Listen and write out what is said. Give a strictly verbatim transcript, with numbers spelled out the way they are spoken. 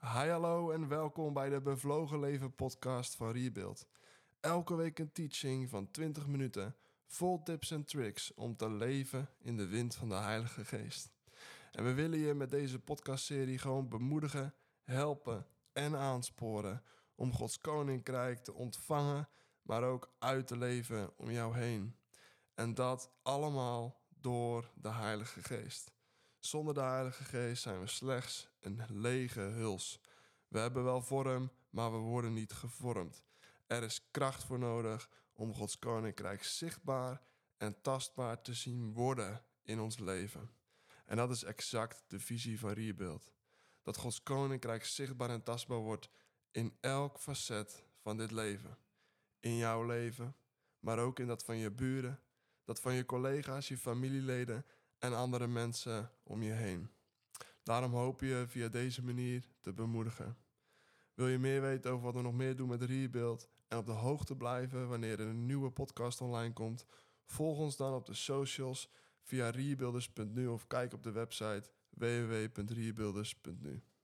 Hi, hallo en welkom bij de Bevlogen Leven podcast van Rebuild. Elke week een teaching van twintig minuten, vol tips en tricks om te leven in de wind van de Heilige Geest. En we willen je met deze podcastserie gewoon bemoedigen, helpen en aansporen om Gods Koninkrijk te ontvangen, maar ook uit te leven om jou heen. En dat allemaal door de Heilige Geest. Zonder de Heilige Geest zijn we slechts een lege huls. We hebben wel vorm, maar we worden niet gevormd. Er is kracht voor nodig om Gods Koninkrijk zichtbaar en tastbaar te zien worden in ons leven. En dat is exact de visie van Rebuild. Dat Gods Koninkrijk zichtbaar en tastbaar wordt in elk facet van dit leven. In jouw leven, maar ook in dat van je buren, dat van je collega's, je familieleden en andere mensen om je heen. Daarom hoop je via deze manier te bemoedigen. Wil je meer weten over wat we nog meer doen met Rebuild en op de hoogte blijven wanneer er een nieuwe podcast online komt? Volg ons dan op de socials via rebuilders punt nu of kijk op de website w w w punt rebuilders punt nu.